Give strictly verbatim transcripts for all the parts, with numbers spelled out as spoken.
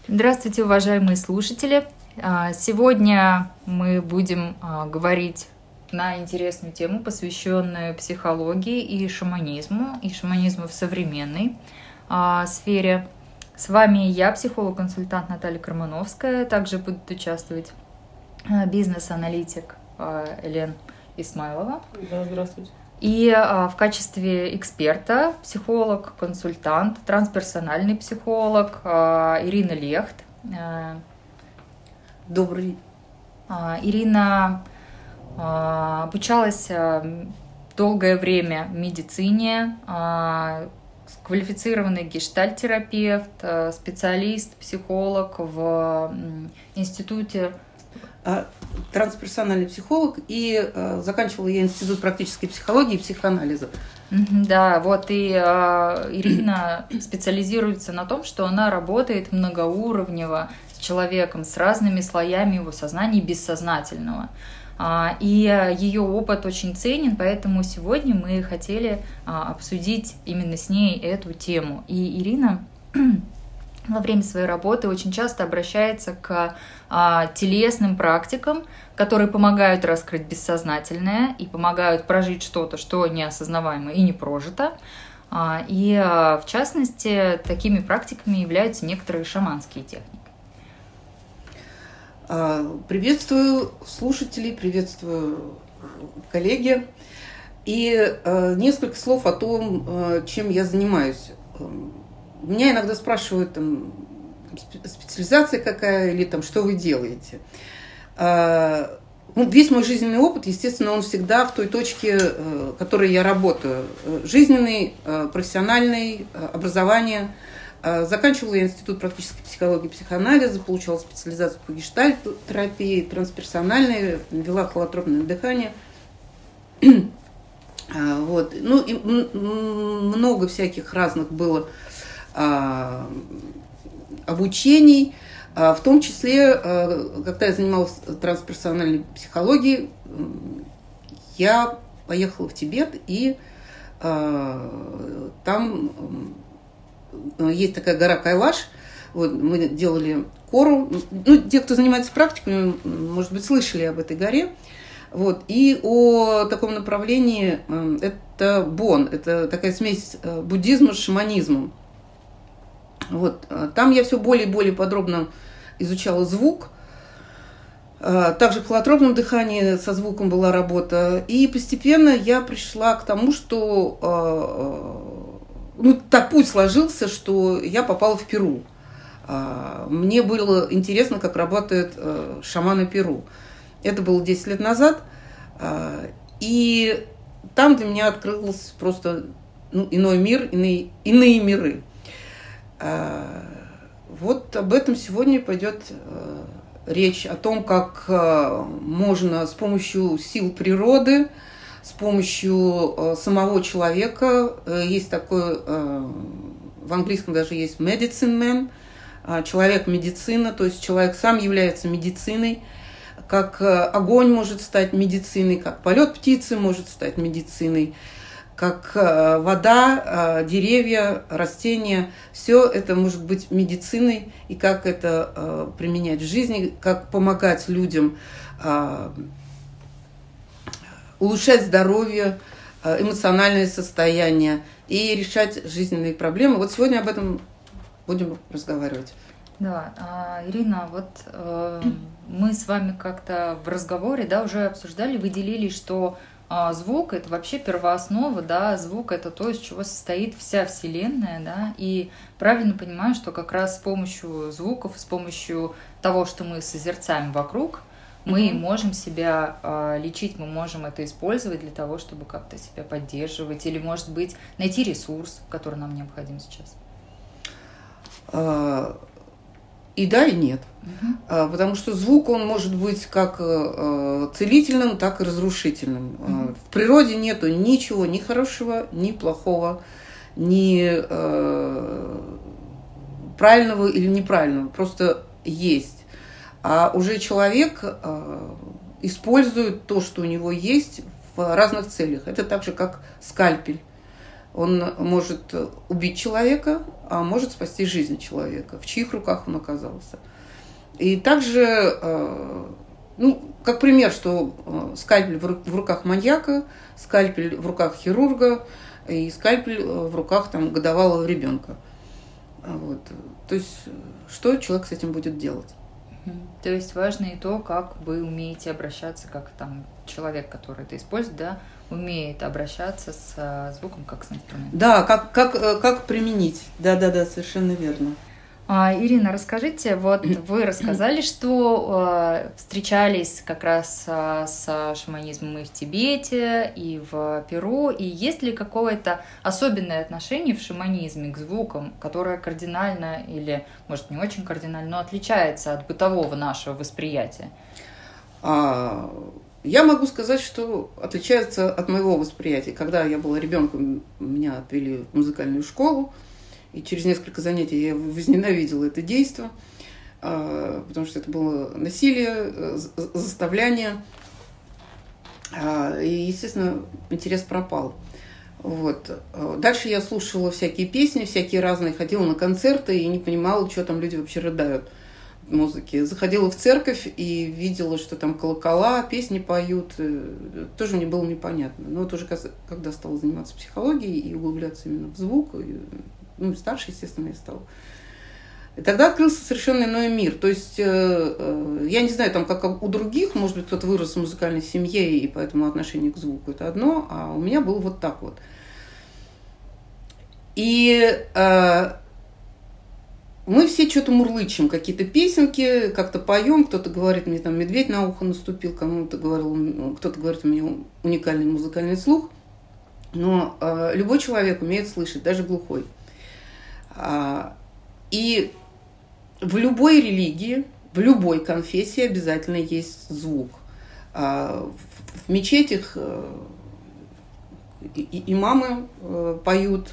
Здравствуйте, уважаемые слушатели! Сегодня мы будем говорить на интересную тему, посвященную психологии и шаманизму, и шаманизму в современной сфере. С вами я, психолог-консультант Наталья Кармановская. Также будут участвовать бизнес-аналитик Элен Исмайлова. Да, здравствуйте. И в качестве эксперта психолог, консультант, трансперсональный психолог Ирина Лехт. Добрый. Ирина обучалась долгое время медицине, квалифицированный гештальт-терапевт, специалист, психолог в институте. Трансперсональный психолог, и э, заканчивала я институт практической психологии и психоанализа. Да, вот и э, Ирина специализируется на том, что она работает многоуровнево с человеком, с разными слоями его сознания и бессознательного. А, и ее опыт очень ценен, поэтому сегодня мы хотели а, обсудить именно с ней эту тему. И Ирина во время своей работы очень часто обращается к а, телесным практикам, которые помогают раскрыть бессознательное и помогают прожить что-то, что неосознаваемо и не прожито. А, и а, в частности, такими практиками являются некоторые шаманские техники. Приветствую слушателей, приветствую коллеги. И а, несколько слов о том, а, чем я занимаюсь. Меня иногда спрашивают, там, специализация какая или там, что вы делаете. А, ну, весь мой жизненный опыт, естественно, он всегда в той точке, в которой я работаю. Жизненный, профессиональный, образование. Заканчивала я институт практической психологии и психоанализа, получала специализацию по гештальт-терапии, трансперсональной, вела холотропное дыхание. Вот. Ну, и много всяких разных было обучений, в том числе, когда я занималась трансперсональной психологией, я поехала в Тибет, и там есть такая гора Кайлаш, вот, мы делали кору, ну, те, кто занимается практиками, может быть, слышали об этой горе. Вот. И о таком направлении это бон, это такая смесь буддизма с шаманизмом. Вот. Там я все более и более подробно изучала звук. Также в холотропном дыхании со звуком была работа. И постепенно я пришла к тому, что ну, так путь сложился, что я попала в Перу. Мне было интересно, как работают шаманы Перу. Это было десять лет назад, и там для меня открылся просто ну, иной мир, иные, иные миры. Вот об этом сегодня пойдет речь, о том, как можно с помощью сил природы, с помощью самого человека, есть такой, в английском даже есть medicine man, человек-медицина, то есть человек сам является медициной, как огонь может стать медициной, как полет птицы может стать медициной, как вода, деревья, растения. Все это может быть медициной, и как это применять в жизни, как помогать людям улучшать здоровье, эмоциональное состояние и решать жизненные проблемы. Вот сегодня об этом будем разговаривать. Да, Ирина, вот э, мы с вами как-то в разговоре, да, уже обсуждали, выделили, что э, звук — это вообще первооснова, да, звук — это то, из чего состоит вся Вселенная, да, и правильно понимаю, что как раз с помощью звуков, с помощью того, что мы созерцаем вокруг, мы mm-hmm. можем себя э, лечить, мы можем это использовать для того, чтобы как-то себя поддерживать, или, может быть, найти ресурс, который нам необходим сейчас. И да, и нет. Uh-huh. Потому что звук, он может быть как целительным, так и разрушительным. Uh-huh. В природе нету ничего ни хорошего, ни плохого, ни правильного или неправильного. Просто есть. А уже человек использует то, что у него есть, в разных целях. Это так же, как скальпель. Он может убить человека, а может спасти жизнь человека, в чьих руках он оказался. И также, ну, как пример, что скальпель в руках маньяка, скальпель в руках хирурга и скальпель в руках там, годовалого ребенка. Вот. То есть, что человек с этим будет делать? То есть важно и то, как вы умеете обращаться, как там человек, который это использует, да, умеет обращаться с звуком как с инструментом. Да, как, как, как применить. Да-да-да, совершенно верно. А, Ирина, расскажите, вот вы рассказали, что э, встречались как раз э, с шаманизмом и в Тибете, и в Перу, и есть ли какое-то особенное отношение в шаманизме к звукам, которое кардинально или, может, не очень кардинально, но отличается от бытового нашего восприятия? А, я могу сказать, что отличается от моего восприятия. Когда я была ребенком, меня отвели в музыкальную школу, и через несколько занятий я возненавидела это действо, потому что это было насилие, заставляние. И, естественно, интерес пропал. Вот. Дальше я слушала всякие песни, всякие разные, ходила на концерты и не понимала, что там люди вообще рыдают в музыке. Заходила в церковь и видела, что там колокола, песни поют. Тоже мне было непонятно. Но вот уже когда стала заниматься психологией и углубляться именно в звук, ну, старше, естественно, я стала. И тогда открылся совершенно иной мир. То есть, э, э, я не знаю, там, как у других, может быть, кто-то вырос в музыкальной семье, и поэтому отношение к звуку – это одно, а у меня было вот так вот. И э, мы все что-то мурлычем, какие-то песенки, как-то поем, кто-то говорит, мне там медведь на ухо наступил, кому-то говорил, кто-то говорит, у меня уникальный музыкальный слух. Но э, любой человек умеет слышать, даже глухой. И в любой религии, в любой конфессии обязательно есть звук. В мечетях имамы поют,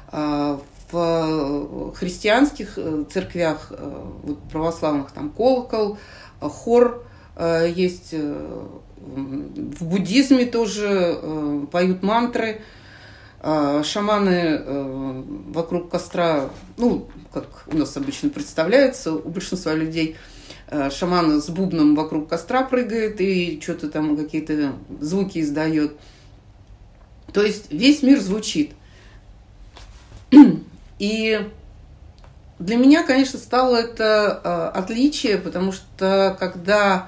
в христианских церквях, вот православных, там колокол, хор есть, в буддизме тоже поют мантры. Шаманы вокруг костра, ну, как у нас обычно представляется, у большинства людей, шаман с бубном вокруг костра прыгает и что-то там какие-то звуки издает. То есть весь мир звучит. И для меня, конечно, стало это отличие, потому что когда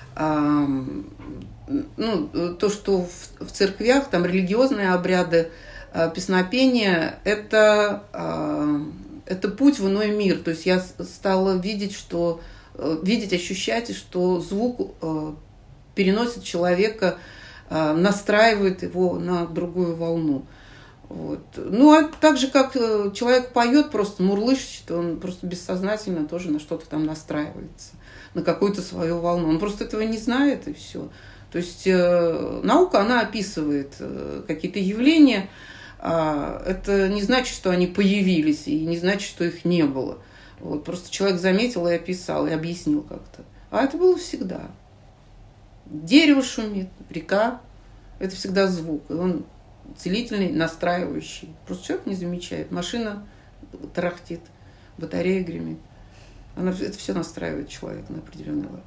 ну, то, что в церквях, там религиозные обряды, песнопение – это, это путь в иной мир. То есть я стала видеть, что, видеть, ощущать, что звук переносит человека, настраивает его на другую волну. Вот. Ну, а так же, как человек поет, просто мурлычет, он просто бессознательно тоже на что-то там настраивается, на какую-то свою волну. Он просто этого не знает, и все. То есть наука, она описывает какие-то явления. Это не значит, что они появились, и не значит, что их не было. Вот, просто человек заметил и описал, и объяснил как-то. А это было всегда. Дерево шумит, река – это всегда звук. И он целительный, настраивающий. Просто человек не замечает. Машина тарахтит, батарея гремит. Она, это все настраивает человека на определенный лад.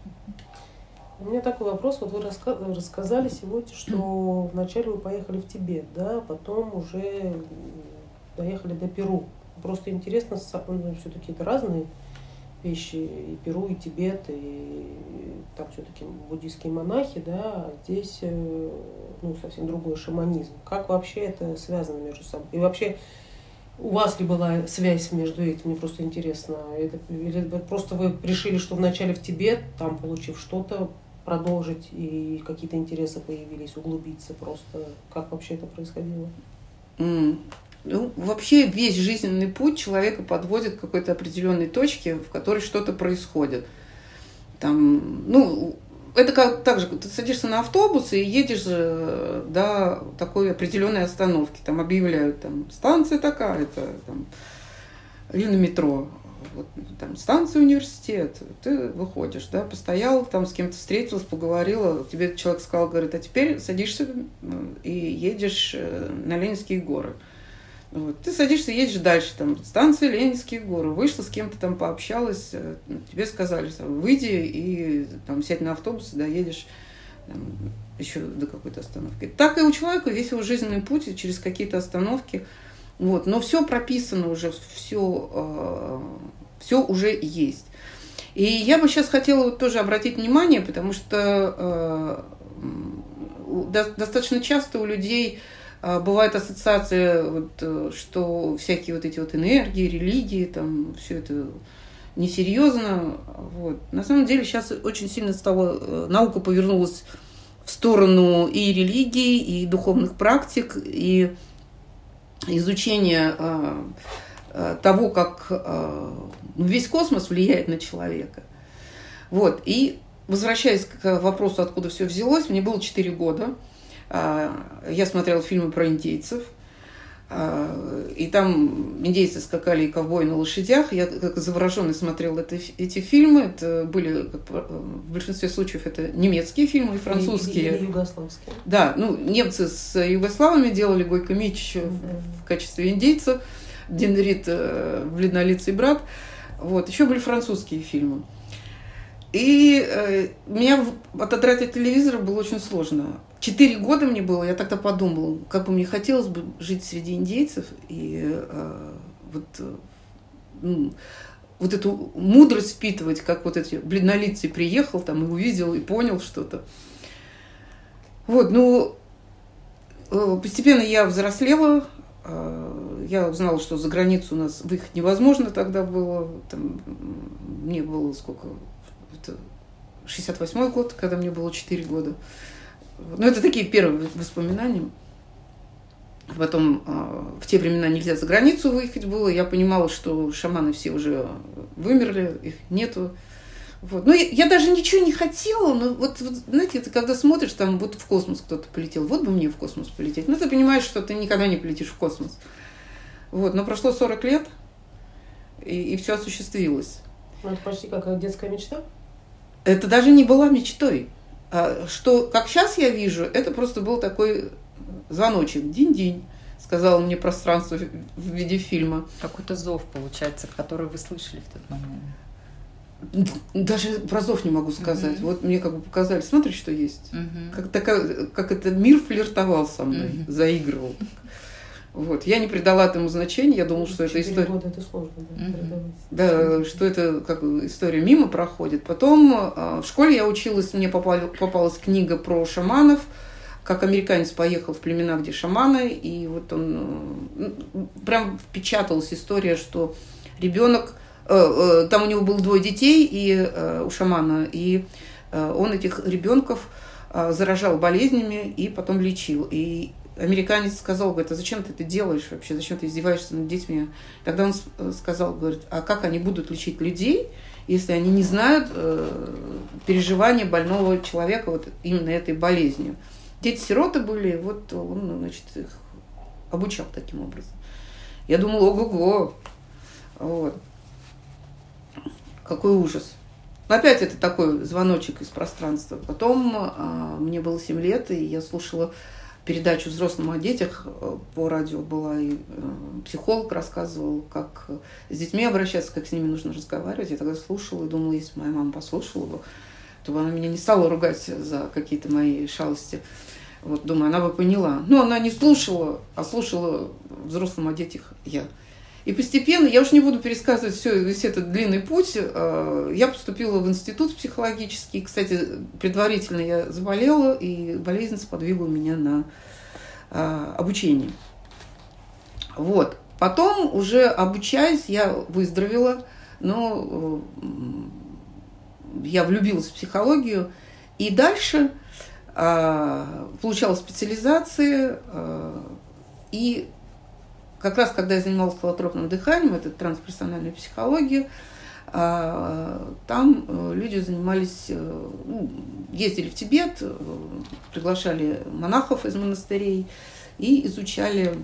У меня такой вопрос. Вот вы раска- рассказали сегодня, что вначале вы поехали в Тибет, да, потом уже доехали до Перу. Просто интересно, все-таки это разные вещи, и Перу, и Тибет, и там все-таки буддийские монахи, да, а здесь ну, совсем другой шаманизм. Как вообще это связано между собой? И вообще у вас ли была связь между этим? Мне просто интересно. Это, или просто вы решили, что вначале в Тибет, там, получив что-то, продолжить, и какие-то интересы появились, углубиться просто? Как вообще это происходило? Mm. Ну, вообще весь жизненный путь человека подводит к какой-то определенной точке, в которой что-то происходит. Там, ну, это как так же, ты садишься на автобус и едешь до такой определенной остановки. Там объявляют, там, станция такая-то, там, или на метро. Вот, там, станция университет, ты выходишь, да, постоял, там с кем-то встретилась, поговорила, тебе человек сказал, говорит, а теперь садишься и едешь на Ленинские горы. Вот. Ты садишься, едешь дальше, там, станция Ленинские горы, вышла, с кем-то там пообщалась, тебе сказали, там, выйди и там, сядь на автобус, и доедешь там, еще до какой-то остановки. Так и у человека весь его жизненный путь через какие-то остановки. Вот. Но все прописано уже, все, все уже есть. И я бы сейчас хотела вот тоже обратить внимание, потому что достаточно часто у людей бывает ассоциация, вот, что всякие вот эти вот энергии, религии, там все это несерьезно. Вот. На самом деле сейчас очень сильно стала, наука повернулась в сторону и религии, и духовных практик, и изучения того, как весь космос влияет на человека. Вот. И возвращаясь к вопросу, откуда все взялось, мне было четыре года. Я смотрела фильмы про индейцев, и там индейцы скакали и ковбои на лошадях. Я как завороженный смотрела это, эти фильмы. Это были, в большинстве случаев, это немецкие фильмы и французские. Или югославские. Да, ну, немцы с югославами делали Гойко Мич в качестве индейца, Дин Рид, бледнолицый брат. Вот. Еще были французские фильмы. И э, меня отодрать от телевизора было очень сложно. Четыре года мне было, я тогда подумала, как бы мне хотелось бы жить среди индейцев и э, вот, ну, вот эту мудрость впитывать, как вот эти бледнолицый приехал там и увидел, и понял что-то. Вот, ну, э, постепенно я взрослела, э, я узнала, что за границу у нас выехать невозможно тогда было. Там, мне было сколько... Это шестьдесят восьмой год, когда мне было четыре года. Ну, это такие первые воспоминания. Потом в те времена нельзя за границу выехать было. Я понимала, что шаманы все уже вымерли, их нету. Вот. Ну, я, я даже ничего не хотела, но вот, вот, знаете, это когда смотришь, там вот в космос кто-то полетел, вот бы мне в космос полететь. Ну, ты понимаешь, что ты никогда не полетишь в космос. Вот. Но прошло сорок лет, и, и все осуществилось. Ну, это почти как детская мечта? Это даже не была мечтой. Что, как сейчас я вижу, это просто был такой звоночек. Динь-динь, сказала мне пространство в виде фильма. Какой-то зов, получается, который вы слышали в тот момент. Даже про зов не могу сказать. Uh-huh. Вот мне как бы показали, смотри, что есть. Uh-huh. Как, такая, как это мир флиртовал со мной, uh-huh. заигрывал. Вот. Я не придала этому значения, я думала, что это история... года это сложно, да, mm-hmm. да, что это как история мимо проходит. Потом в школе я училась, мне попали, попалась книга про шаманов, как американец поехал в племена, где шаманы, и вот он... Прям впечаталась история, что ребенок... Там у него было двое детей и, у шамана, и он этих ребенков заражал болезнями и потом лечил. И американец сказал, говорит, а зачем ты это делаешь вообще, зачем ты издеваешься над детьми? Тогда он сказал, говорит, а как они будут лечить людей, если они не знают э, переживания больного человека вот именно этой болезнью? Дети-сироты были, вот он, значит, их обучал таким образом. Я думала, ого-го, вот. Какой ужас. Но опять это такой звоночек из пространства. Потом э, мне было семь лет, и я слушала передачу «Взрослым о детях» по радио была, и психолог рассказывал, как с детьми обращаться, как с ними нужно разговаривать. Я тогда слушала и думала, если моя мама послушала бы, то бы она меня не стала ругать за какие-то мои шалости. Вот, думаю, она бы поняла. Но она не слушала, а слушала «Взрослым о детях» я. И постепенно, я уж не буду пересказывать все, весь этот длинный путь, я поступила в институт психологический. Кстати, предварительно я заболела, и болезнь сподвигла меня на обучение. Вот. Потом, уже обучаясь, я выздоровела, но я влюбилась в психологию. И дальше получала специализации, и как раз, когда я занималась холотропным дыханием, это трансперсональная психология, там люди занимались, ну, ездили в Тибет, приглашали монахов из монастырей и изучали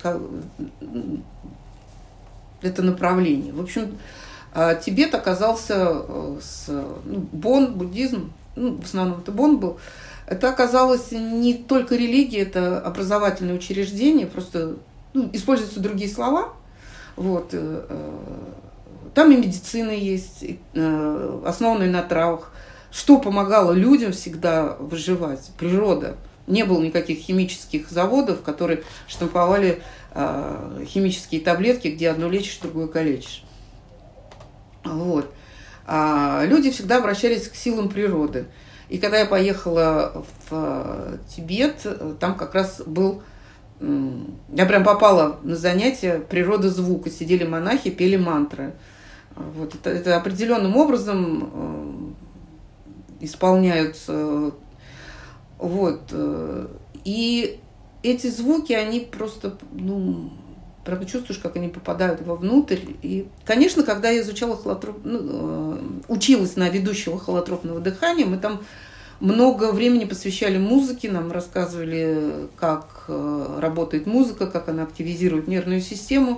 это направление. В общем, Тибет оказался с ну, Бон, буддизм, ну, в основном это Бон был, это оказалось не только религия, это образовательное учреждение, просто ну, используются другие слова. Вот. Там и медицина есть, основанная на травах. Что помогало людям всегда выживать? Природа. Не было никаких химических заводов, которые штамповали химические таблетки, где одно лечишь, другое калечишь. Вот. А люди всегда обращались к силам природы. И когда я поехала в Тибет, там как раз был... Я прям попала на занятия природа звука. Сидели монахи, пели мантры. Вот. Это, это определенным образом исполняются. Вот. И эти звуки, они просто... Ну, правда, чувствуешь, как они попадают вовнутрь. И, конечно, когда я изучала холотроп... ну, училась на ведущего холотропного дыхания, мы там много времени посвящали музыке, нам рассказывали, как работает музыка, как она активизирует нервную систему.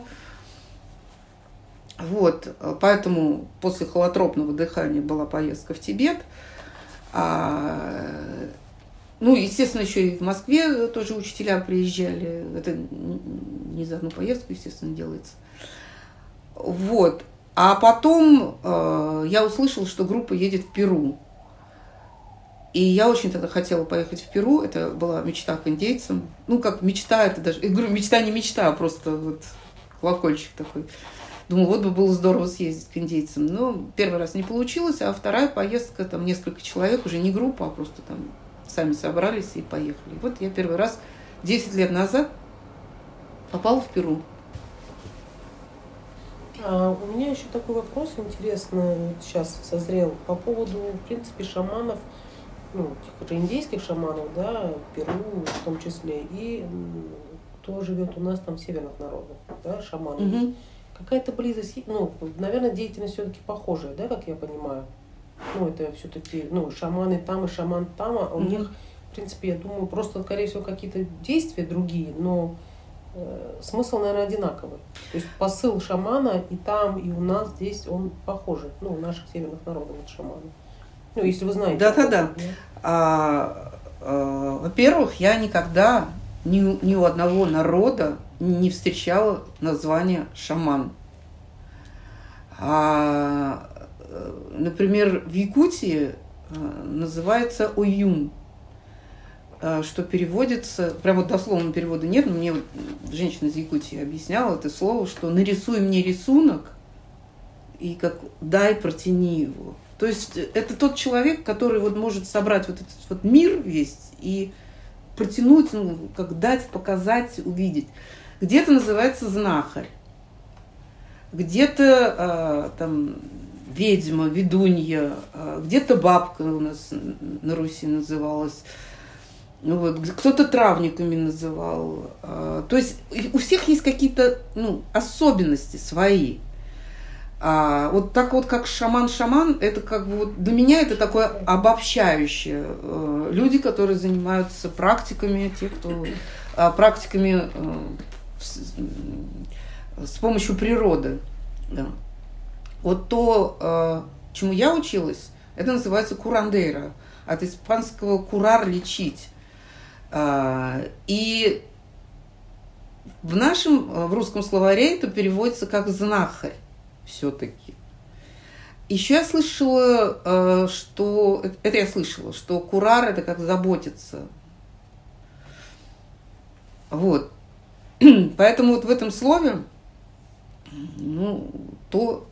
Вот. Поэтому после холотропного дыхания была поездка в Тибет. А... Ну, естественно, еще и в Москве тоже учителя приезжали. Это не за одну поездку, естественно, делается. Вот. А потом э, я услышала, что группа едет в Перу. И я очень тогда хотела поехать в Перу. Это была мечта к индейцам. Ну, как мечта, это даже... Я говорю, мечта не мечта, а просто вот колокольчик такой. Думаю, вот бы было здорово съездить к индейцам. Но первый раз не получилось, а вторая поездка, там несколько человек, уже не группа, а просто там сами собрались и поехали. Вот я первый раз десять лет назад попала в Перу. А у меня еще такой вопрос интересный сейчас созрел по поводу, в принципе, шаманов, ну, тех же индейских шаманов, да, Перу в том числе, и кто живет у нас там северных народов, да, шаманы. Угу. Какая-то близость, ну, наверное, деятельность все-таки похожая, да, как я понимаю. Ну, это все-таки, ну, шаманы там и шаман там, а у mm-hmm. них, в принципе, я думаю, просто, скорее всего, какие-то действия другие, но э, смысл, наверное, одинаковый. То есть посыл шамана и там, и у нас здесь он похожий, ну, у наших северных народов это шаманы. Ну, если вы знаете. Да-да-да. А, а, во-первых, я никогда ни, ни у одного народа не встречала название шаман. А, например, в Якутии называется оюн, что переводится, прям вот дословного перевода нет, но мне вот женщина из Якутии объясняла это слово, что нарисуй мне рисунок и как дай протяни его. То есть это тот человек, который вот может собрать вот этот вот мир весь и протянуть, ну, как дать, показать, увидеть. Где-то называется знахарь, где-то э, там ведьма, ведунья, э, где-то бабка у нас на Руси называлась. Ну, вот, кто-то травниками называл. Э, то есть у всех есть какие-то, ну, особенности свои. А вот так вот, как шаман-шаман, это как бы вот для меня это такое обобщающее. Э, люди, которые занимаются практиками, те, кто э, практиками э, с помощью природы. Да. Вот то, э, чему я училась, это называется курандейра. От испанского курар – лечить. Э, и в нашем, в русском словаре это переводится как знахарь все-таки. Еще я слышала, э, что... Это я слышала, что курар – это как заботиться. Вот. Поэтому вот в этом слове, ну, то,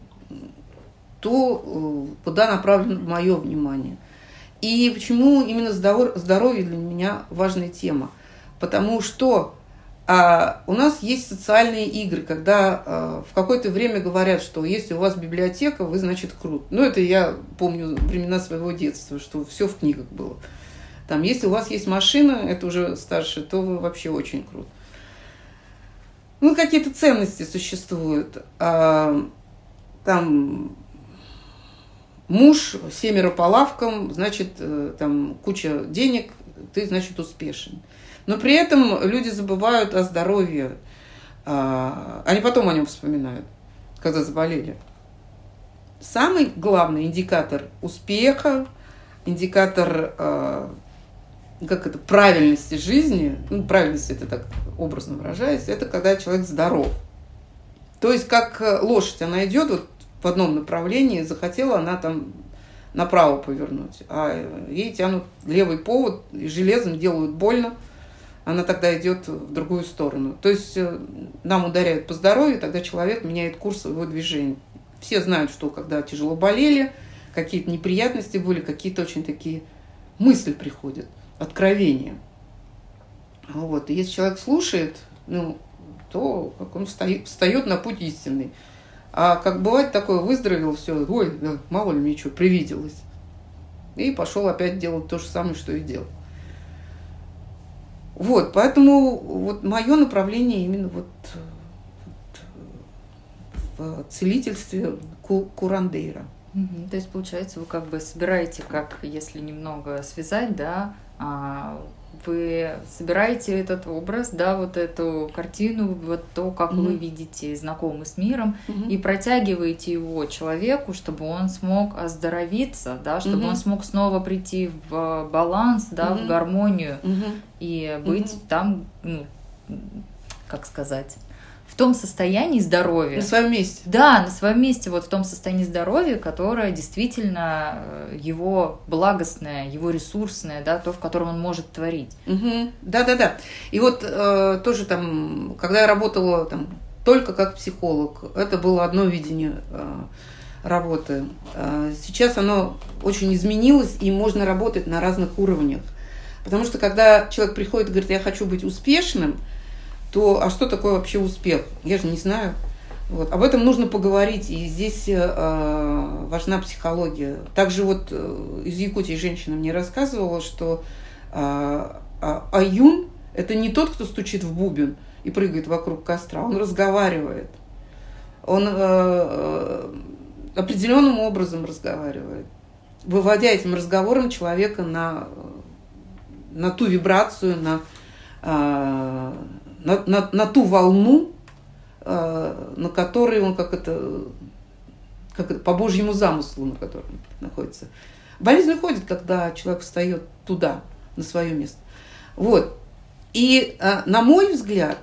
то, куда направлено мое внимание. И почему именно здоровье для меня важная тема? Потому что а, у нас есть социальные игры, когда а, в какое-то время говорят, что если у вас библиотека, вы, значит, крут. Ну, это я помню времена своего детства, что все в книгах было. Там, если у вас есть машина, это уже старше, то вы вообще очень крут. Ну, какие-то ценности существуют. А, там муж, семеро по лавкам, значит, там куча денег, ты, значит, успешен. Но при этом люди забывают о здоровье. А, они потом о нем вспоминают, когда заболели. Самый главный индикатор успеха, индикатор а, как это, правильности жизни, ну, правильность это так образно выражаясь, это когда человек здоров. То есть как лошадь, она идет вот в одном направлении, захотела она там направо повернуть, а ей тянут левый повод и железом делают больно, она тогда идет в другую сторону. То есть нам ударяют по здоровью, тогда человек меняет курс своего движения. Все знают, что когда тяжело болели, какие-то неприятности были, какие-то очень такие мысли приходят, откровения. Вот. И если человек слушает, ну, то как он встает, встает на путь истинный. А как бывает такое, выздоровел, все, ой, да, мало ли мне что, привиделось. И пошел опять делать то же самое, что и делал. Вот, поэтому вот мое направление именно вот, вот в целительстве курандейра. Угу. То есть, получается, вы как бы собираете, как если немного связать, да, вы собираете этот образ, да, вот эту картину, вот то, как mm-hmm. вы видите, знакомы с миром, mm-hmm. и протягиваете его человеку, чтобы он смог оздоровиться, да, чтобы mm-hmm. он смог снова прийти в баланс, да, mm-hmm. в гармонию mm-hmm. и быть mm-hmm. там, ну, как сказать, в том состоянии здоровья. На своем месте. Да, на своем месте, вот в том состоянии здоровья, которое действительно его благостное, его ресурсное, да, то, в котором он может творить. Угу. Да-да-да. И вот э, тоже там, когда я работала там только как психолог, это было одно видение э, работы. Э, сейчас оно очень изменилось, и можно работать на разных уровнях. Потому что когда человек приходит и говорит, я хочу быть успешным, то а что такое вообще успех? Я же не знаю. Вот. Об этом нужно поговорить, и здесь э, важна психология. Также вот э, из Якутии женщина мне рассказывала, что э, э, аюн – это не тот, кто стучит в бубен и прыгает вокруг костра, он разговаривает. Он э, определенным образом разговаривает, выводя этим разговором человека на, на ту вибрацию, на э, На, на, на ту волну, э, на которой он как это, как это, по Божьему замыслу, на котором находится. Болезнь уходит, когда человек встает туда, на свое место. Вот. И э, на мой взгляд,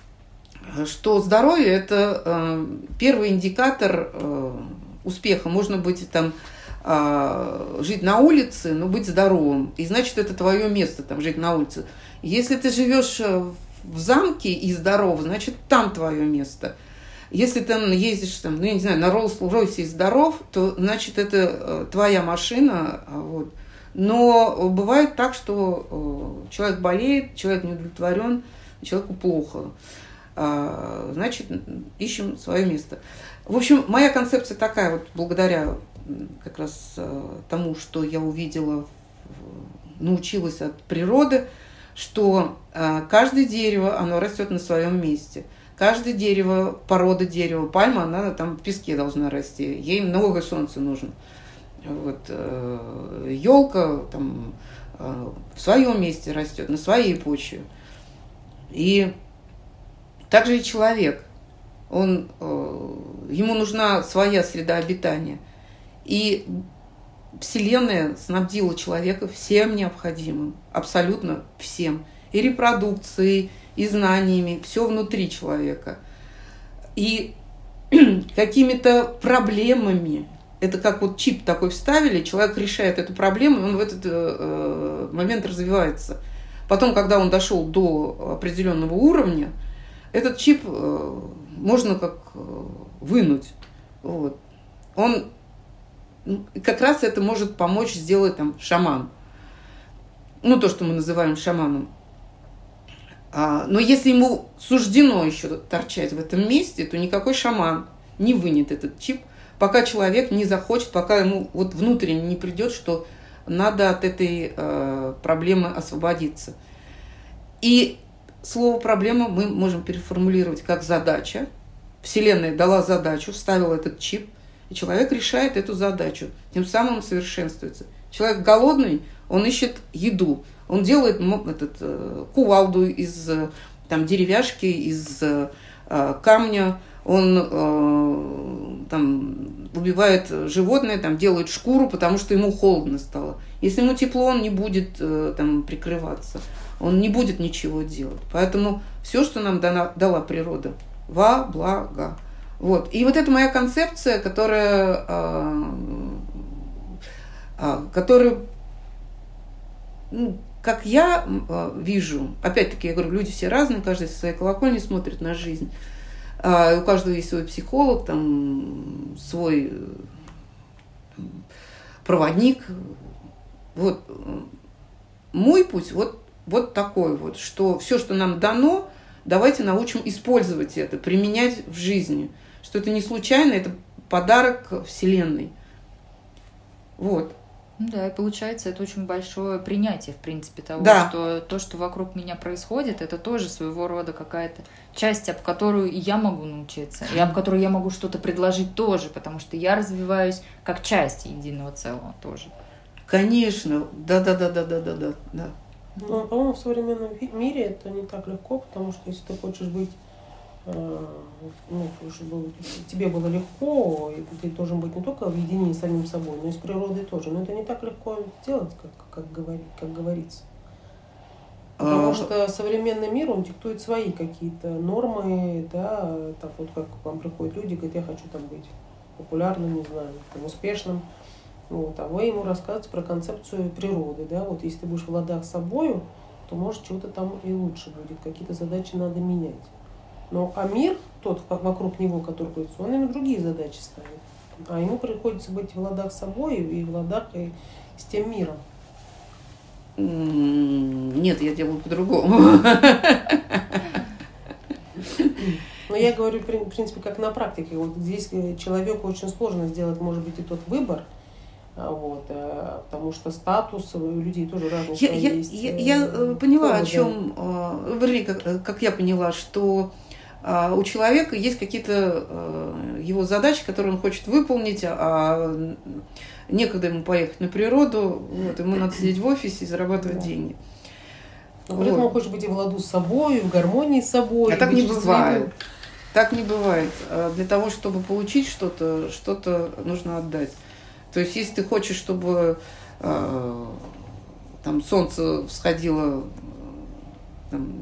что здоровье – это э, первый индикатор э, успеха. Можно быть там, э, жить на улице, но быть здоровым. И значит, это твое место, там, жить на улице. Если ты живешь в в замке и здоров, значит, там твое место. Если ты ездишь там, ну, я не знаю, на Роллс-Ройсе и здоров, то, значит, это твоя машина. Вот. Но бывает так, что человек болеет, человек не удовлетворен, человеку плохо. Значит, ищем свое место. В общем, моя концепция такая, вот благодаря как раз тому, что я увидела, научилась от природы, что э, каждое дерево, оно растет на своем месте. Каждое дерево, порода дерева, пальма, она там в песке должна расти. Ей много солнца нужно. Вот, э, елка там э, в своем месте растет, на своей почве. И также и человек. Он, э, ему нужна своя среда обитания. И Вселенная снабдила человека всем необходимым, абсолютно всем. И репродукцией, и знаниями, все внутри человека. И какими-то проблемами, это как вот чип такой вставили, человек решает эту проблему, и он в этот э, момент развивается. Потом, когда он дошел до определенного уровня, этот чип э, можно как э, вынуть. Вот. Он как раз это может помочь сделать там шаман. Ну, то, что мы называем шаманом. А, но если ему суждено еще торчать в этом месте, то никакой шаман не вынет этот чип, пока человек не захочет, пока ему вот внутренне не придет, что надо от этой э, проблемы освободиться. И слово «проблема» мы можем переформулировать как «задача». Вселенная дала задачу, вставила этот чип, и человек решает эту задачу, тем самым он совершенствуется. Человек голодный, он ищет еду, он делает этот, э, кувалду из там, деревяшки, из э, камня, он э, там, убивает животное, там, делает шкуру, потому что ему холодно стало. Если ему тепло, он не будет там прикрываться, он не будет ничего делать. Поэтому все, что нам дана, дала природа, во благо. Вот. И вот это моя концепция, которая, которая ну, как я вижу, опять-таки, я говорю, люди все разные, каждый со своей колокольни смотрит на жизнь. У каждого есть свой психолог, там, свой там, проводник. Вот мой путь вот, вот такой вот, что все, что нам дано, давайте научим использовать это, применять в жизни. Что это не случайно, это подарок Вселенной. Вот. Да, и получается, это очень большое принятие, в принципе, того, да. что то, что вокруг меня происходит, это тоже своего рода какая-то часть, об которую я могу научиться, и об которой я могу что-то предложить тоже, потому что я развиваюсь как часть единого целого тоже. Конечно, да-да-да-да-да-да. да. Ну, по-моему, в современном мире это не так легко, потому что если ты хочешь быть, э, ну, чтобы тебе было легко, и ты должен быть не только в единении с самим собой, но и с природой тоже. Но это не так легко сделать, как, как, говори, как говорится. Потому что современный мир, он диктует свои какие-то нормы, да, так вот как к вам приходят люди, говорят, я хочу там быть популярным, не знаю, там, успешным. Вот, а вы ему рассказываете про концепцию природы, да, вот если ты будешь в ладах с собой, то может чего-то там и лучше будет, какие-то задачи надо менять. Но а мир, тот вокруг него, который крутится, он ему другие задачи ставит. А ему приходится быть в ладах с собой и в ладах и с тем миром. Нет, я делаю по-другому. Но я говорю, в принципе, как на практике. Вот здесь человеку очень сложно сделать, может быть, и тот выбор, вот, потому что статус у людей тоже разный. Я, я, есть, я, я поняла, поводы. О чем, вернее, как, как я поняла, что у человека есть какие-то его задачи, которые он хочет выполнить, а некогда ему поехать на природу, вот, ему надо сидеть в офисе и зарабатывать да. деньги. Но при этом вот. Он хочет быть и в ладу с собой, и в гармонии с собой. А так не бывает. Так не бывает. Для того, чтобы получить что-то, что-то нужно отдать. То есть, если ты хочешь, чтобы э, там солнце всходило, там,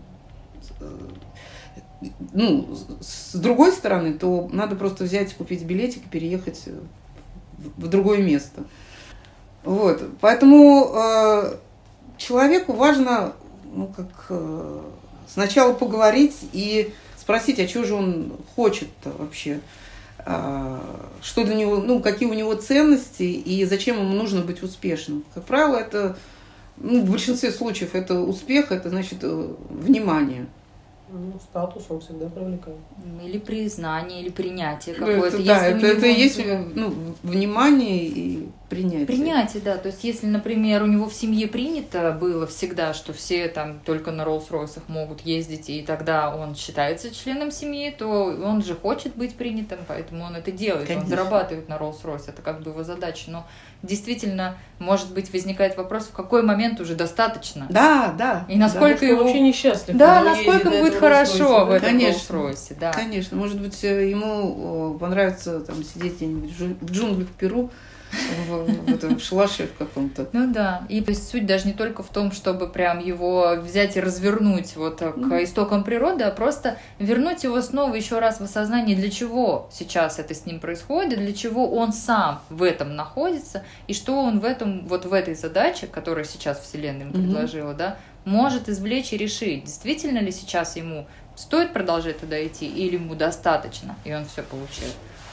э, ну, с другой стороны, то надо просто взять, купить билетик и переехать в, в другое место. Вот. Поэтому э, человеку важно, ну, как э, сначала поговорить и спросить, а что же он хочет-то вообще. Что для него, ну, какие у него ценности и зачем ему нужно быть успешным. Как правило, это, ну, в большинстве случаев это успех, это значит внимание. Ну, статус он всегда привлекает. Или признание, или принятие какое-то. Это, да, это, это и есть ну, внимание и принятие. Принятие, да. То есть, если, например, у него в семье принято было всегда, что все там только на Роллс-Ройсах могут ездить, и тогда он считается членом семьи, то он же хочет быть принятым, поэтому он это делает. Конечно. Он зарабатывает на Роллс-Ройс, это как бы его задача. Но действительно, может быть, возникает вопрос, в какой момент уже достаточно. Да, да. И насколько да, его... вообще несчастлив. Да, насколько ему будет хорошо в этом конечно, Роллс-Ройсе. Да. Конечно. Может быть, ему понравится там сидеть в джунглях Перу, в, в, этом, в шалаше в каком-то. Ну да. И то есть суть даже не только в том, чтобы прям его взять и развернуть вот к mm. истокам природы, а просто вернуть его снова еще раз в осознание, для чего сейчас это с ним происходит, для чего он сам в этом находится, и что он в этом, вот в этой задаче, которую сейчас Вселенная ему предложила, mm-hmm. да, может извлечь и решить, действительно ли сейчас ему стоит продолжать туда идти, или ему достаточно, и он все получил.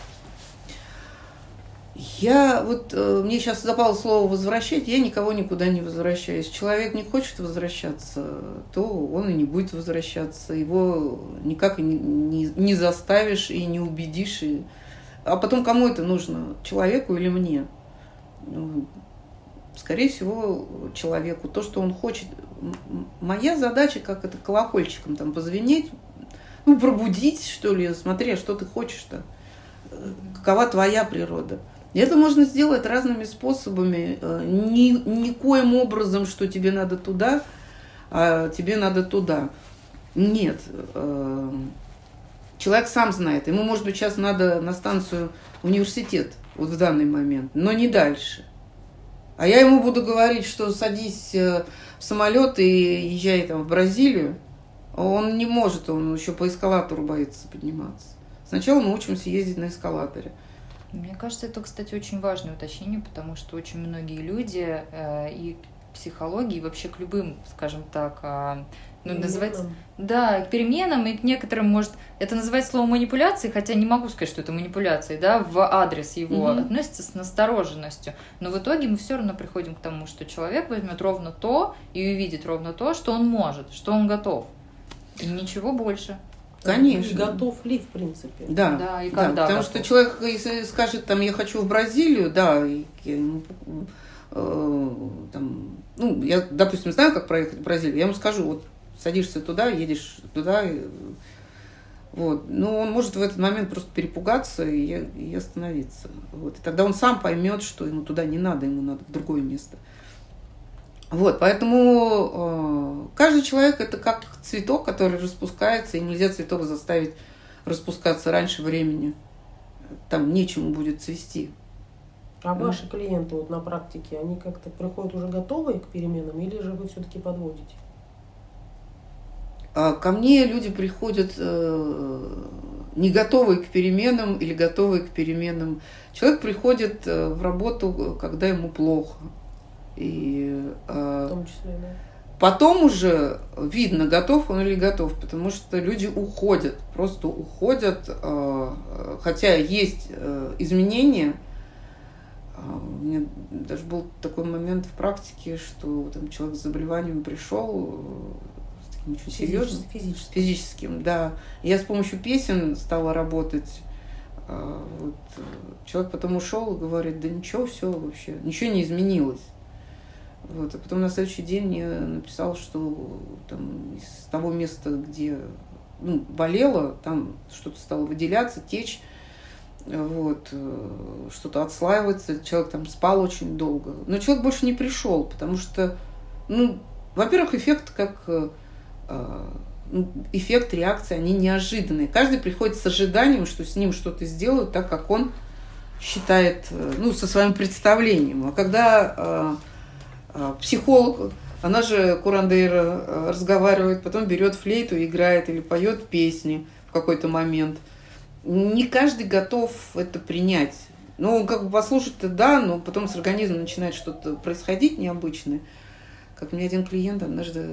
Я вот, э, мне сейчас запало слово «возвращать», я никого никуда не возвращаю. Если человек не хочет возвращаться, то он и не будет возвращаться. Его никак и не, не, не заставишь и не убедишь. И... А потом кому это нужно? Человеку или мне? Ну, скорее всего, человеку. То, что он хочет. Моя задача, как это, колокольчиком там позвенеть, ну, пробудить, что ли, смотри, а что ты хочешь-то? Какова твоя природа? И это можно сделать разными способами. Ни, никоим образом, что тебе надо туда, а тебе надо туда. Нет. Человек сам знает. Ему, может быть, сейчас надо на станцию университет вот в данный момент, но не дальше. А я ему буду говорить, что садись в самолет и езжай там в Бразилию. Он не может, он еще по эскалатору боится подниматься. Сначала мы учимся ездить на эскалаторе. Мне кажется, это, кстати, очень важное уточнение, потому что очень многие люди э, и к психологии, и вообще к любым, скажем так, э, ну, называется, да, к переменам и к некоторым, может, это называется слово манипуляции, хотя не могу сказать, что это манипуляции, да, в адрес его mm-hmm. относится с настороженностью, но в итоге мы все равно приходим к тому, что человек возьмет ровно то и увидит ровно то, что он может, что он готов, и ничего больше. Конечно. И готов ли, в принципе. Да, да, и когда да, потому готов. что человек, если скажет, там, я хочу в Бразилию, да, и, э, там, ну, я, допустим, знаю, как проехать в Бразилию, я ему скажу, вот, садишься туда, едешь туда, и, вот, но он может в этот момент просто перепугаться и, и остановиться, вот, и тогда он сам поймет, что ему туда не надо, ему надо в другое место. Вот, поэтому э, каждый человек это как цветок, который распускается, и нельзя цветок заставить распускаться раньше времени. Там нечему будет цвести. А ваши клиенты вот на практике, они как-то приходят уже готовые к переменам, или же вы все-таки подводите? А ко мне люди приходят э, не готовые к переменам или готовые к переменам. Человек приходит в работу, когда ему плохо. И, э, в том числе, да. Потом уже видно, готов он или готов, потому что люди уходят, просто уходят, э, хотя есть э, изменения. У меня даже был такой момент в практике, что там человек с заболеванием пришел, с таким очень серьезным, физическим. физическим, да. Я с помощью песен стала работать. Вот. Человек потом ушел и говорит, да ничего, все вообще, ничего не изменилось. Вот. А потом на следующий день мне написал, что там из того места, где ну, болело, там что-то стало выделяться, течь, вот, что-то отслаивается, человек там спал очень долго. Но человек больше не пришел, потому что, ну, во-первых, эффект как эффект реакции, они неожиданные. Каждый приходит с ожиданием, что с ним что-то сделают так, как он считает, ну, со своим представлением. А когда психолог, она же курандейра, разговаривает, потом берет флейту, играет или поет песни в какой-то момент. Не каждый готов это принять. Ну, как бы послушать-то да, но потом с организмом начинает что-то происходить необычное. Как мне один клиент однажды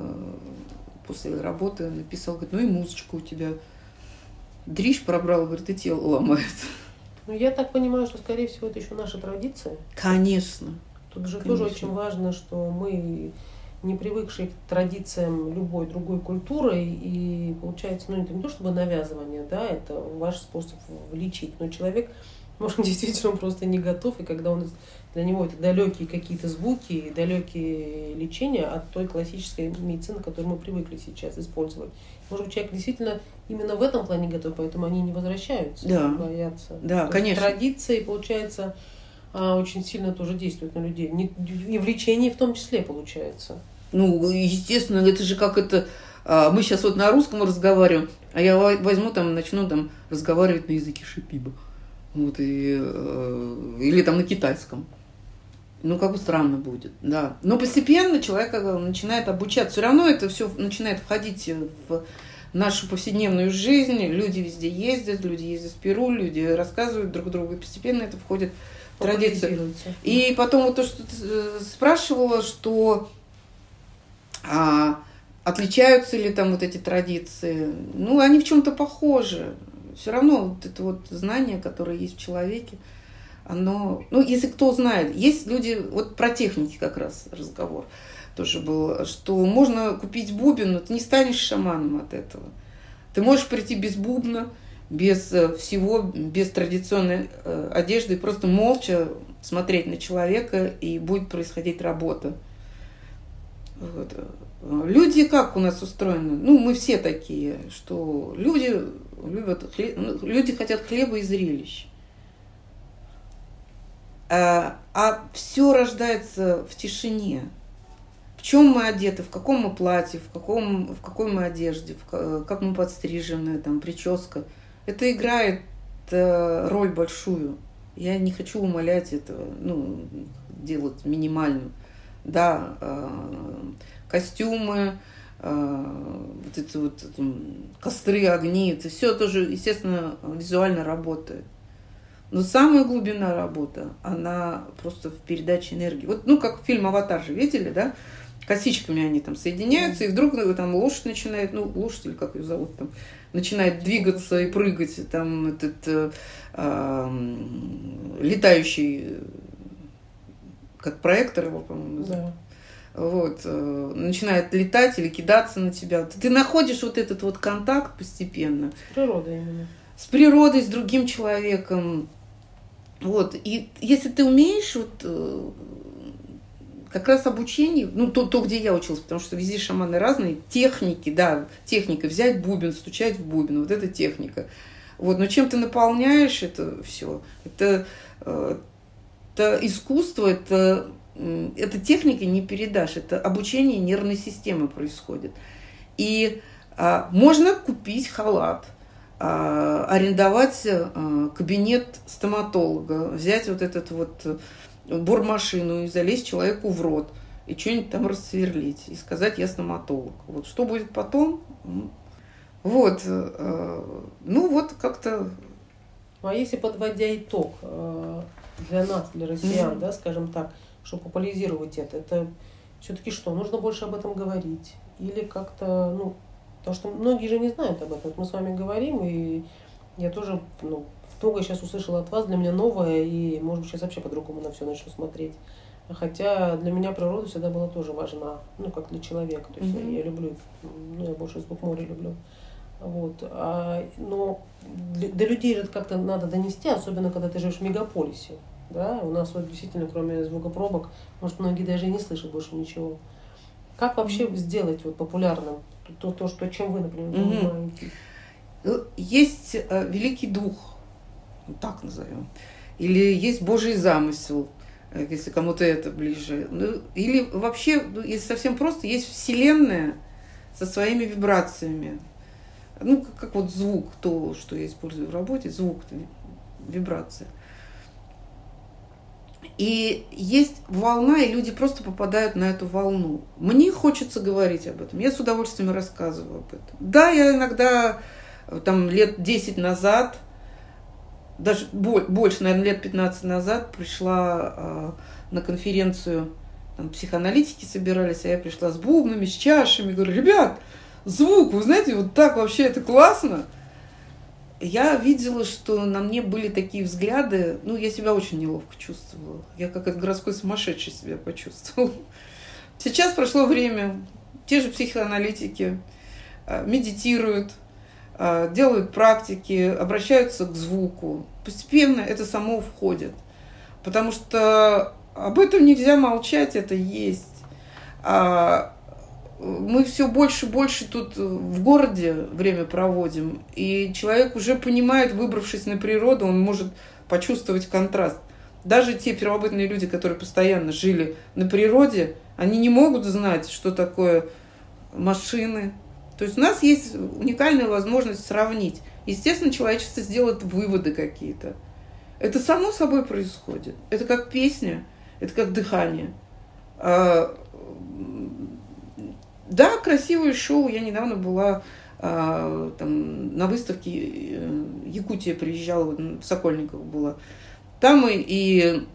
после работы написал, говорит, ну и музычка у тебя. Дрищ пробрал, говорит, и тело ломает. Ну, я так понимаю, что, скорее всего, это еще наша традиция. Конечно. Тут же Конечно. тоже очень важно, что мы не привыкшие к традициям любой другой культуры, и получается, ну это не то чтобы навязывание, да, это ваш способ лечить, но человек, может, действительно он просто не готов, и когда он, для него это далекие какие-то звуки, далекие лечения от той классической медицины, которую мы привыкли сейчас использовать. Может быть, человек действительно именно в этом плане готов, поэтому они не возвращаются, да. боятся. Да, то конечно. Традиции, получается, очень сильно тоже действуют на людей. И в лечении в том числе получается. Ну, естественно, это же как это... Мы сейчас вот на русском разговариваем, а я возьму там, начну там разговаривать на языке шипиба. Вот, и, или там на китайском. Ну, как бы странно будет, да. Но постепенно человек начинает обучаться. Все равно это все начинает входить в нашу повседневную жизнь. Люди везде ездят, люди ездят в Перу, люди рассказывают друг другу. И постепенно это входит в традицию. И потом вот то, что ты спрашивала, что а, отличаются ли там вот эти традиции. Ну, они в чем-то похожи. Все равно вот это вот знание, которое есть в человеке, оно... Ну, если кто знает, есть люди... Вот про техники как раз разговор тоже был, что можно купить бубен, но ты не станешь шаманом от этого. Ты можешь прийти без бубна, без всего, без традиционной одежды, просто молча смотреть на человека, и будет происходить работа. Вот. Люди как у нас устроены? Ну, мы все такие, что люди любят хлеб, люди хотят хлеба и зрелищ. А, а все рождается в тишине. В чем мы одеты, в каком мы платье, в, каком, в какой мы одежде, в, как мы подстрижены, там, прическа. Это играет роль большую. Я не хочу умалять этого. Ну, делать минимальным. Да, э, костюмы, э, вот эти вот костры, огни, это все тоже, естественно, визуально работает. Но самая глубинная работа, она просто в передаче энергии. Вот, ну, как фильм «Аватар» же видели, да? Косичками они там соединяются, и вдруг там лошадь начинает, ну, лошадь или как ее зовут, там, начинает двигаться и прыгать, там этот э, э, летающий, как проектор его, по-моему, да. Вот, э, начинает летать или кидаться на тебя. Ты находишь вот этот вот контакт постепенно. С природой именно. С природой, с другим человеком. Вот, и если ты умеешь, вот, э, как раз обучение, ну, то, то, где я училась, потому что везде шаманы разные, техники, да, техника, взять бубен, стучать в бубен, вот это техника. Вот, но чем ты наполняешь это все, это, это искусство, это, это техника не передашь, это обучение нервной системы происходит. И а, можно купить халат, а, арендовать а, кабинет стоматолога, взять вот этот вот бормашину и залезть человеку в рот и что-нибудь там рассверлить и сказать: я стоматолог. Вот что будет потом? Вот, ну вот как-то. А если, подводя итог для нас, для россиян, mm-hmm. да, скажем так, чтобы популяризировать это, это все-таки что? Нужно больше об этом говорить или как-то, ну, потому что многие же не знают об этом. Вот мы с вами говорим, и я тоже, ну, многое сейчас услышала от вас, для меня новое, и, может быть, сейчас вообще по-другому на все начну смотреть. Хотя для меня природа всегда была тоже важна, ну, как для человека. То есть mm-hmm. я люблю, ну, я больше звук моря люблю. Вот. А, но для, до людей это как-то надо донести, особенно когда ты живешь в мегаполисе. Да? У нас вот действительно, кроме звукопробок, может, многие даже и не слышат больше ничего. Как вообще mm-hmm. сделать вот популярным то, то, что, чем вы, например, занимаетесь? Mm-hmm. Есть э, Великий Дух, так назовем, или есть Божий замысел, если кому-то это ближе, ну, или вообще, ну, если совсем просто, есть Вселенная со своими вибрациями, ну, как, как вот звук, то, что я использую в работе, звук, вибрация. И есть волна, и люди просто попадают на эту волну. Мне хочется говорить об этом, я с удовольствием рассказываю об этом. Да, я иногда, там, лет десять назад, даже больше, наверное, лет пятнадцать назад пришла э, на конференцию, там психоаналитики собирались, а я пришла с бубнами, с чашами, говорю: ребят, звук, вы знаете, вот так вообще это классно. Я видела, что на мне были такие взгляды, ну, я себя очень неловко чувствовала. Я как от городской сумасшедшей себя почувствовала. Сейчас прошло время, те же психоаналитики э, медитируют, делают практики, обращаются к звуку. Постепенно это само входит. Потому что об этом нельзя молчать, это есть. А мы все больше и больше тут в городе время проводим, и человек уже понимает, выбравшись на природу, он может почувствовать контраст. Даже те первобытные люди, которые постоянно жили на природе, они не могут знать, что такое машины. То есть у нас есть уникальная возможность сравнить. Естественно, человечество сделает выводы какие-то. Это само собой происходит. Это как песня, это как дыхание. Да, красивое шоу. Я недавно была там, на выставке, Якутия приезжала, в Сокольниках была. Там и, и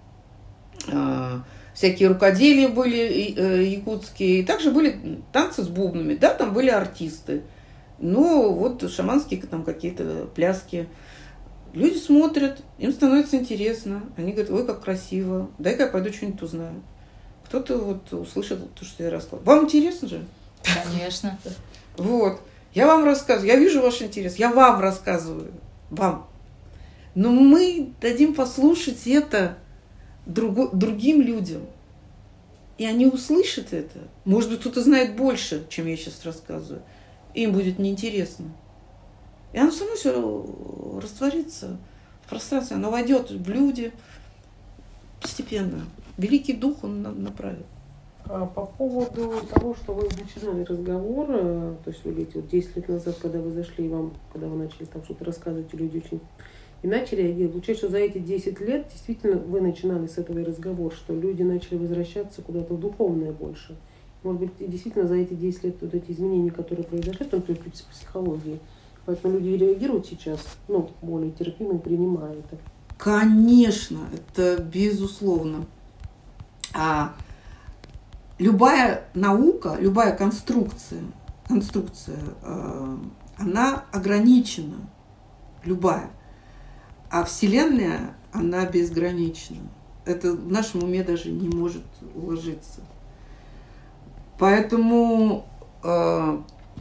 всякие рукоделия были якутские, и также были танцы с бубнами, да, там были артисты, ну, вот шаманские там какие-то пляски. Люди смотрят, им становится интересно, они говорят: ой, как красиво, дай-ка я пойду что-нибудь узнаю. Кто-то вот услышит то, что я рассказываю. Вам интересно же? Конечно. Вот, я вам рассказываю, я вижу ваш интерес, я вам рассказываю, вам. Но мы дадим послушать это Друг, другим людям. И они услышат это. Может быть, кто-то знает больше, чем я сейчас рассказываю. Им будет неинтересно. И оно само все растворится в пространстве. Оно войдет в люди постепенно. Великий Дух он направит. А по поводу того, что вы начинали разговор, то есть вы говорите, вот десять лет назад, когда вы зашли, вам, когда вы начали там что-то рассказывать, люди очень и начали реагировать. Получается, что за эти десять лет действительно вы начинали с этого разговор, что люди начали возвращаться куда-то в духовное больше. Может быть, действительно за эти десять лет вот эти изменения, которые произошли, в том числе в психологии, поэтому люди реагируют сейчас, ну, более терпимо и принимая это. Конечно, это безусловно. А любая наука, любая конструкция, конструкция, э, она ограничена, любая. А Вселенная, она безгранична. Это в нашем уме даже не может уложиться. Поэтому э,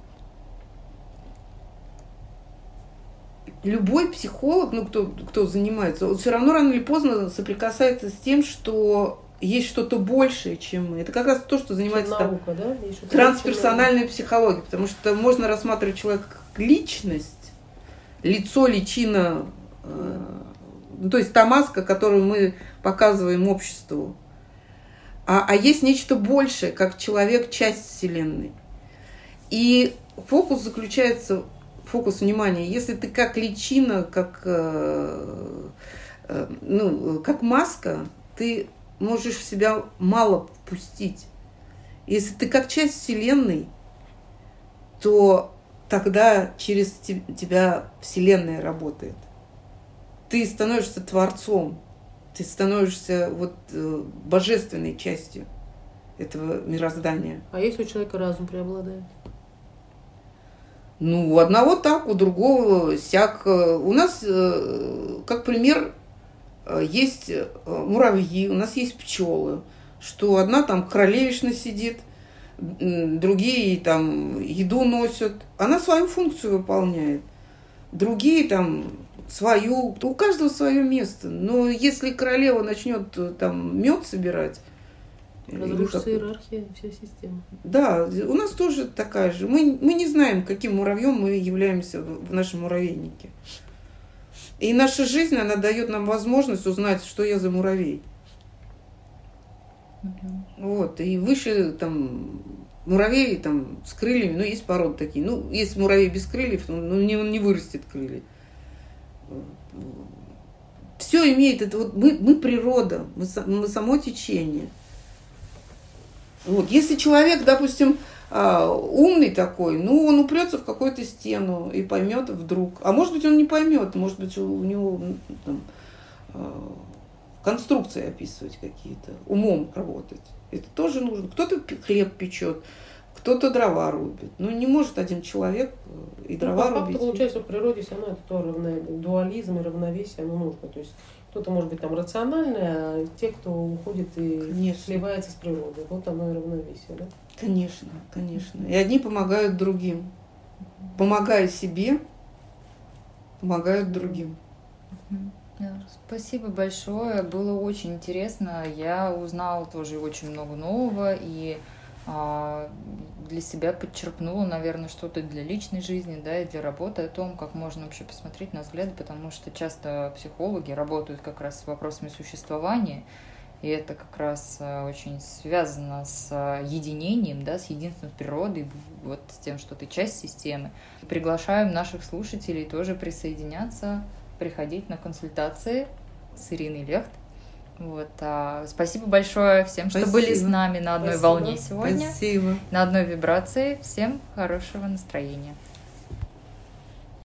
любой психолог, ну кто, кто занимается, он все равно рано или поздно соприкасается с тем, что есть что-то большее, чем мы. Это как раз то, что занимается наука, там, да? трансперсональной психологией, потому что можно рассматривать человека как личность, лицо, личина, э, ну, то есть та маска, которую мы показываем обществу. А, а есть нечто большее, как человек, часть Вселенной. И фокус заключается, фокус внимания, если ты как личина, как, э, э, ну, как маска, ты можешь в себя мало впустить. Если ты как часть Вселенной, то тогда через тебя Вселенная работает. Ты становишься творцом. Ты становишься вот э, божественной частью этого мироздания. А если у человека разум преобладает? Ну, у одного так, у другого сяк. У нас, э, как пример, э, есть муравьи, у нас есть пчелы, что одна там королевишна сидит, другие там еду носят. Она свою функцию выполняет. Другие там свою, у каждого свое место. Но если королева начнет там мед собирать, разрушится иерархия, вся система. Да, у нас тоже такая же. Мы, мы не знаем, каким муравьем мы являемся в нашем муравейнике. И наша жизнь, она дает нам возможность узнать, что я за муравей. Угу. Вот. И выше там муравей там с крыльями, ну, есть породы такие. Ну, если муравей без крыльев, ну, не, он не вырастет крылья. Все имеет это вот мы, мы природа, мы, мы само течение. Вот. Если человек, допустим, умный такой, ну, он упрется в какую-то стену и поймет вдруг. А может быть, он не поймет, может быть, у него там, конструкции описывать какие-то, умом работать. Это тоже нужно. Кто-то хлеб печет, кто-то дрова рубит. Ну, не может один человек и дрова ну, по рубить. Факту, получается, в природе все равно это то равно, дуализм и равновесие, оно нужно. То есть кто-то может быть там рациональный, а те, кто уходит и конечно. Сливается с природой. Вот оно и равновесие, да? Конечно, конечно. И одни помогают другим. Помогая себе, помогают другим. Спасибо большое. Было очень интересно. Я узнала тоже очень много нового и а, для себя подчеркнула, наверное, что-то для личной жизни, да, и для работы о том, как можно вообще посмотреть на взгляды, потому что часто психологи работают как раз с вопросами существования, и это как раз очень связано с единением, да, с единством с природой, вот с тем, что ты часть системы. Приглашаем наших слушателей тоже присоединяться, приходить на консультации с Ириной Лехт. Вот, а, спасибо большое всем, что спасибо. Были с нами на одной Спасибо. волне сегодня, Спасибо. на одной вибрации. Всем хорошего настроения.